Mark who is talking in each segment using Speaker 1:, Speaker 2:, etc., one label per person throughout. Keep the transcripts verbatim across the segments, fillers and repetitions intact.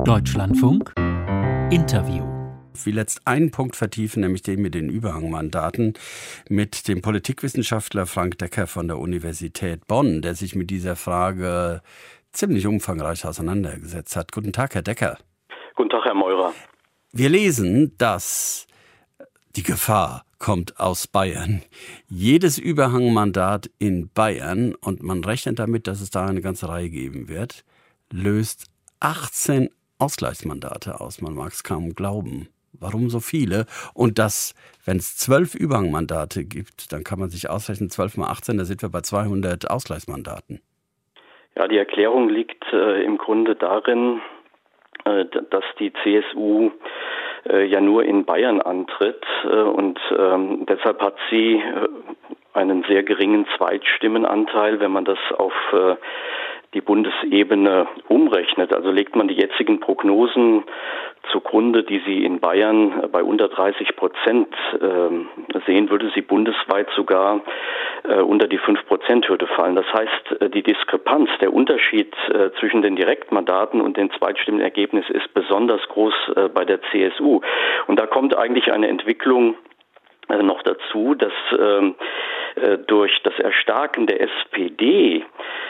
Speaker 1: Deutschlandfunk Interview.
Speaker 2: Ich will jetzt einen Punkt vertiefen, nämlich den mit den Überhangmandaten, mit dem Politikwissenschaftler Frank Decker von der Universität Bonn, der sich mit dieser Frage ziemlich umfangreich auseinandergesetzt hat. Guten Tag, Herr Decker.
Speaker 3: Guten Tag, Herr Meurer.
Speaker 2: Wir lesen, dass die Gefahr kommt aus Bayern. Jedes Überhangmandat in Bayern, und man rechnet damit, dass es da eine ganze Reihe geben wird, löst achtzehn Ausgleichsmandate aus. Man mag es kaum glauben. Warum so viele? Und dass, wenn es zwölf Überhangmandate gibt, dann kann man sich ausrechnen, zwölf mal achtzehn, da sind wir bei zweihundert Ausgleichsmandaten.
Speaker 3: Ja, die Erklärung liegt äh, im Grunde darin, äh, dass die C S U äh, ja nur in Bayern antritt äh, und ähm, deshalb hat sie äh, einen sehr geringen Zweitstimmenanteil, wenn man das auf äh, die Bundesebene umrechnet. Also legt man die jetzigen Prognosen zugrunde, die Sie in Bayern bei unter dreißig Prozent äh, sehen, würde sie bundesweit sogar äh, unter die fünf Prozent Hürde fallen. Das heißt, äh, die Diskrepanz, der Unterschied äh, zwischen den Direktmandaten und den Zweitstimmenergebnis ist besonders groß äh, bei der C S U. Und da kommt eigentlich eine Entwicklung äh, noch dazu, dass äh, durch das Erstarken der S P D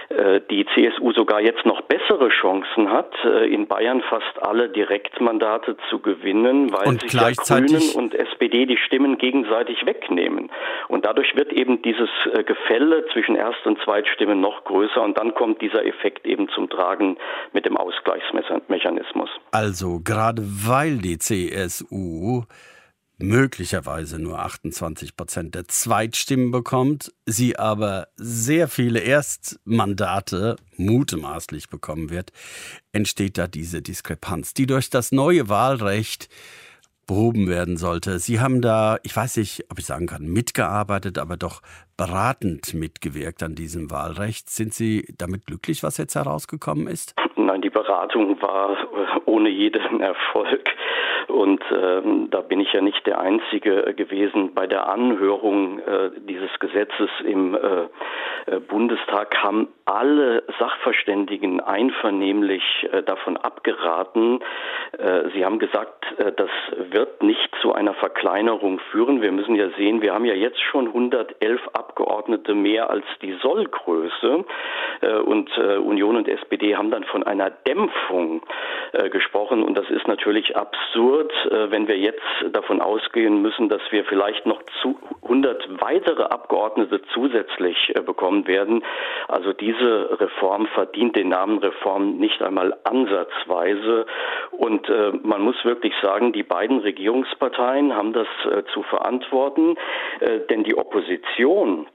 Speaker 3: die C S U sogar jetzt noch bessere Chancen hat, in Bayern fast alle Direktmandate zu gewinnen, weil
Speaker 2: und
Speaker 3: sich ja Grünen und S P D die Stimmen gegenseitig wegnehmen. Und dadurch wird eben dieses Gefälle zwischen Erst- und Zweitstimmen noch größer und dann kommt dieser Effekt eben zum Tragen mit dem Ausgleichsmechanismus.
Speaker 2: Also gerade weil die C S U möglicherweise nur achtundzwanzig Prozent der Zweitstimmen bekommt, sie aber sehr viele Erstmandate mutmaßlich bekommen wird, entsteht da diese Diskrepanz, die durch das neue Wahlrecht behoben werden sollte. Sie haben da, ich weiß nicht, ob ich sagen kann, mitgearbeitet, aber doch beratend mitgewirkt an diesem Wahlrecht. Sind Sie damit glücklich, was jetzt herausgekommen ist?
Speaker 3: Nein, die Beratung war ohne jeden Erfolg. Und ähm, da bin ich ja nicht der Einzige gewesen. Bei der Anhörung äh, dieses Gesetzes im äh, Bundestag haben alle Sachverständigen einvernehmlich äh, davon abgeraten. Äh, sie haben gesagt, äh, das wird nicht zu einer Verkleinerung führen. Wir müssen ja sehen, wir haben ja jetzt schon hundertelf Abgeordnete mehr als die Sollgröße. Äh, und äh, Union und S P D haben dann von einer Dämpfung äh, gesprochen. Und das ist natürlich absurd, wenn wir jetzt davon ausgehen müssen, dass wir vielleicht noch zu hundert weitere Abgeordnete zusätzlich bekommen werden. Also diese Reform verdient den Namen Reform nicht einmal ansatzweise. Und äh, man muss wirklich sagen, die beiden Regierungsparteien haben das äh, zu verantworten, äh, denn die Opposition,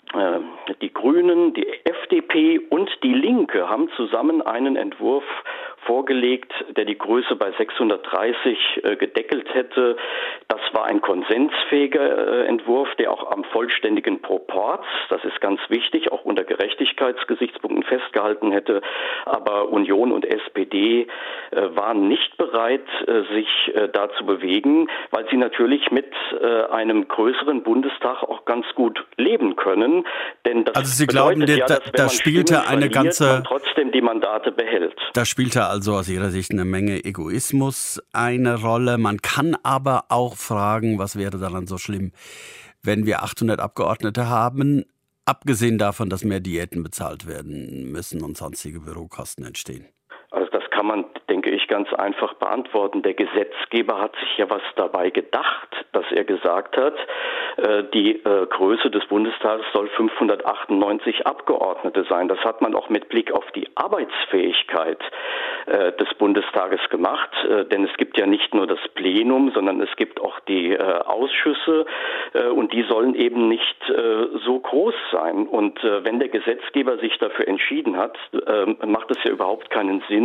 Speaker 3: äh, die Grünen, die F D P und die Linke haben zusammen einen Entwurf vorgelegt, der die Größe bei sechshundertdreißig äh, gedeckelt hätte. Das war ein konsensfähiger äh, Entwurf, der auch am vollständigen Proporz, das ist ganz wichtig, auch unter Gerechtigkeitsgesichtspunkten festgehalten hätte. Aber Union und S P D äh, waren nicht bereit, äh, sich äh, da zu bewegen, weil sie natürlich mit äh, einem größeren Bundestag auch ganz gut leben können. Denn das
Speaker 2: also Sie glauben, ja, dass, da, da spielte
Speaker 3: Stimmen
Speaker 2: eine
Speaker 3: verliert,
Speaker 2: ganze,
Speaker 3: man trotzdem die Mandate behält.
Speaker 2: Da spielte also aus Ihrer Sicht eine Menge Egoismus eine Rolle. Man kann aber auch fragen, was wäre daran so schlimm, wenn wir achthundert Abgeordnete haben, abgesehen davon, dass mehr Diäten bezahlt werden müssen und sonstige Bürokosten entstehen?
Speaker 3: Also das kann man, denke ich, ganz einfach beantworten. Der Gesetzgeber hat sich ja was dabei gedacht, dass er gesagt hat, äh, die äh, Größe des Bundestages soll fünfhundertachtundneunzig Abgeordnete sein. Das hat man auch mit Blick auf die Arbeitsfähigkeit äh, des Bundestages gemacht, äh, denn es gibt ja nicht nur das Plenum, sondern es gibt auch die äh, Ausschüsse äh, und die sollen eben nicht äh, so groß sein. Und äh, wenn der Gesetzgeber sich dafür entschieden hat, äh, macht es ja überhaupt keinen Sinn,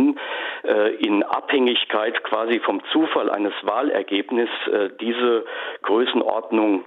Speaker 3: in Abhängigkeit quasi vom Zufall eines Wahlergebnisses diese Größenordnung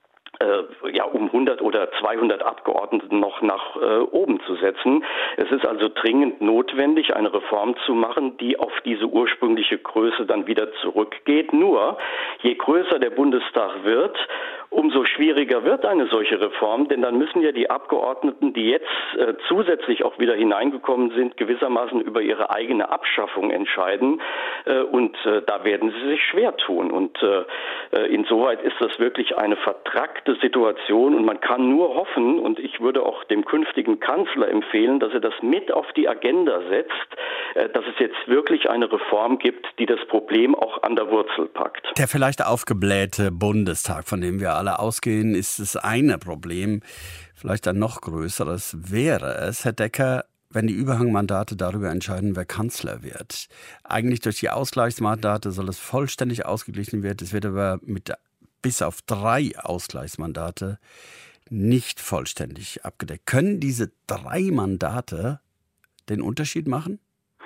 Speaker 3: äh, ja, um hundert oder zweihundert Abgeordnete noch nach äh, oben zu setzen. Es ist also dringend notwendig, eine Reform zu machen, die auf diese ursprüngliche Größe dann wieder zurückgeht. Nur, je größer der Bundestag wird, umso schwieriger wird eine solche Reform, denn dann müssen ja die Abgeordneten, die jetzt äh, zusätzlich auch wieder hineingekommen sind, gewissermaßen über ihre eigene Abschaffung entscheiden. Äh, und äh, da werden sie sich schwer tun. Und äh, insoweit ist das wirklich eine vertrackte Situation. Und man kann nur hoffen, und ich würde auch dem künftigen Kanzler empfehlen, dass er das mit auf die Agenda setzt, äh, dass es jetzt wirklich eine Reform gibt, die das Problem auch an der Wurzel packt.
Speaker 2: Der vielleicht aufgeblähte Bundestag, von dem wir alle ausgehen, ist das eine Problem. Vielleicht ein noch größeres wäre es, Herr Decker, wenn die Überhangmandate darüber entscheiden, wer Kanzler wird. Eigentlich durch die Ausgleichsmandate soll es vollständig ausgeglichen werden. Es wird aber mit bis auf drei Ausgleichsmandate nicht vollständig abgedeckt. Können diese drei Mandate den Unterschied machen?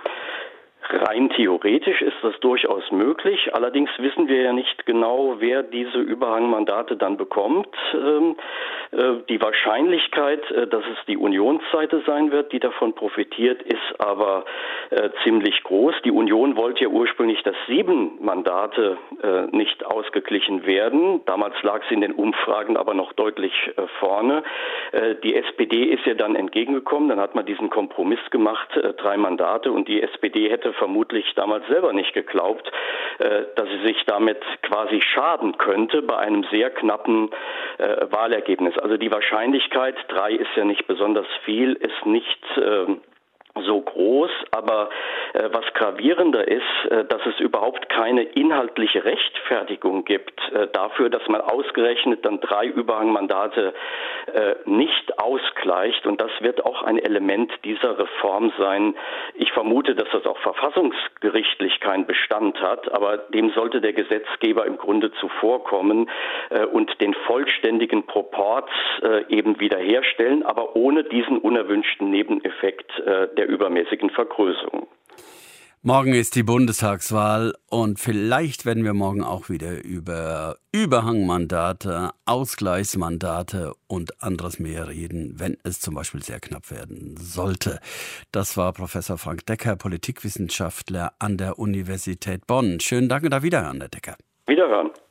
Speaker 3: Rein theoretisch ist das durchaus möglich. Allerdings wissen wir ja nicht genau, wer diese Überhangmandate dann bekommt. Ähm, äh, die Wahrscheinlichkeit, äh, dass es die Unionsseite sein wird, die davon profitiert, ist aber äh, ziemlich groß. Die Union wollte ja ursprünglich, dass sieben Mandate äh, nicht ausgeglichen werden. Damals lag sie in den Umfragen aber noch deutlich äh, vorne. Äh, die S P D ist ja dann entgegengekommen. Dann hat man diesen Kompromiss gemacht, äh, drei Mandate, und die S P D hätte vermutlich damals selber nicht geglaubt, äh, dass sie sich damit quasi schaden könnte bei einem sehr knappen äh, Wahlergebnis. Also die Wahrscheinlichkeit, drei ist ja nicht besonders viel, ist nicht äh, so groß, aber äh, was gravierender ist, äh, dass es überhaupt keine inhaltliche Rechtfertigung gibt äh, dafür, dass man ausgerechnet dann drei Überhangmandate äh, nicht ausgleicht, und das wird auch ein Element dieser Reform sein. Ich vermute, dass das auch verfassungsgerichtlich keinen Bestand hat, aber dem sollte der Gesetzgeber im Grunde zuvorkommen äh, und den vollständigen Proport äh, eben wiederherstellen, aber ohne diesen unerwünschten Nebeneffekt äh, der übermäßigen Vergrößerung.
Speaker 2: Morgen ist die Bundestagswahl und vielleicht werden wir morgen auch wieder über Überhangmandate, Ausgleichsmandate und anderes mehr reden, wenn es zum Beispiel sehr knapp werden sollte. Das war Professor Frank Decker, Politikwissenschaftler an der Universität Bonn. Schönen Dank und auf Wiederhören, Herr Decker.
Speaker 3: Wiederhören.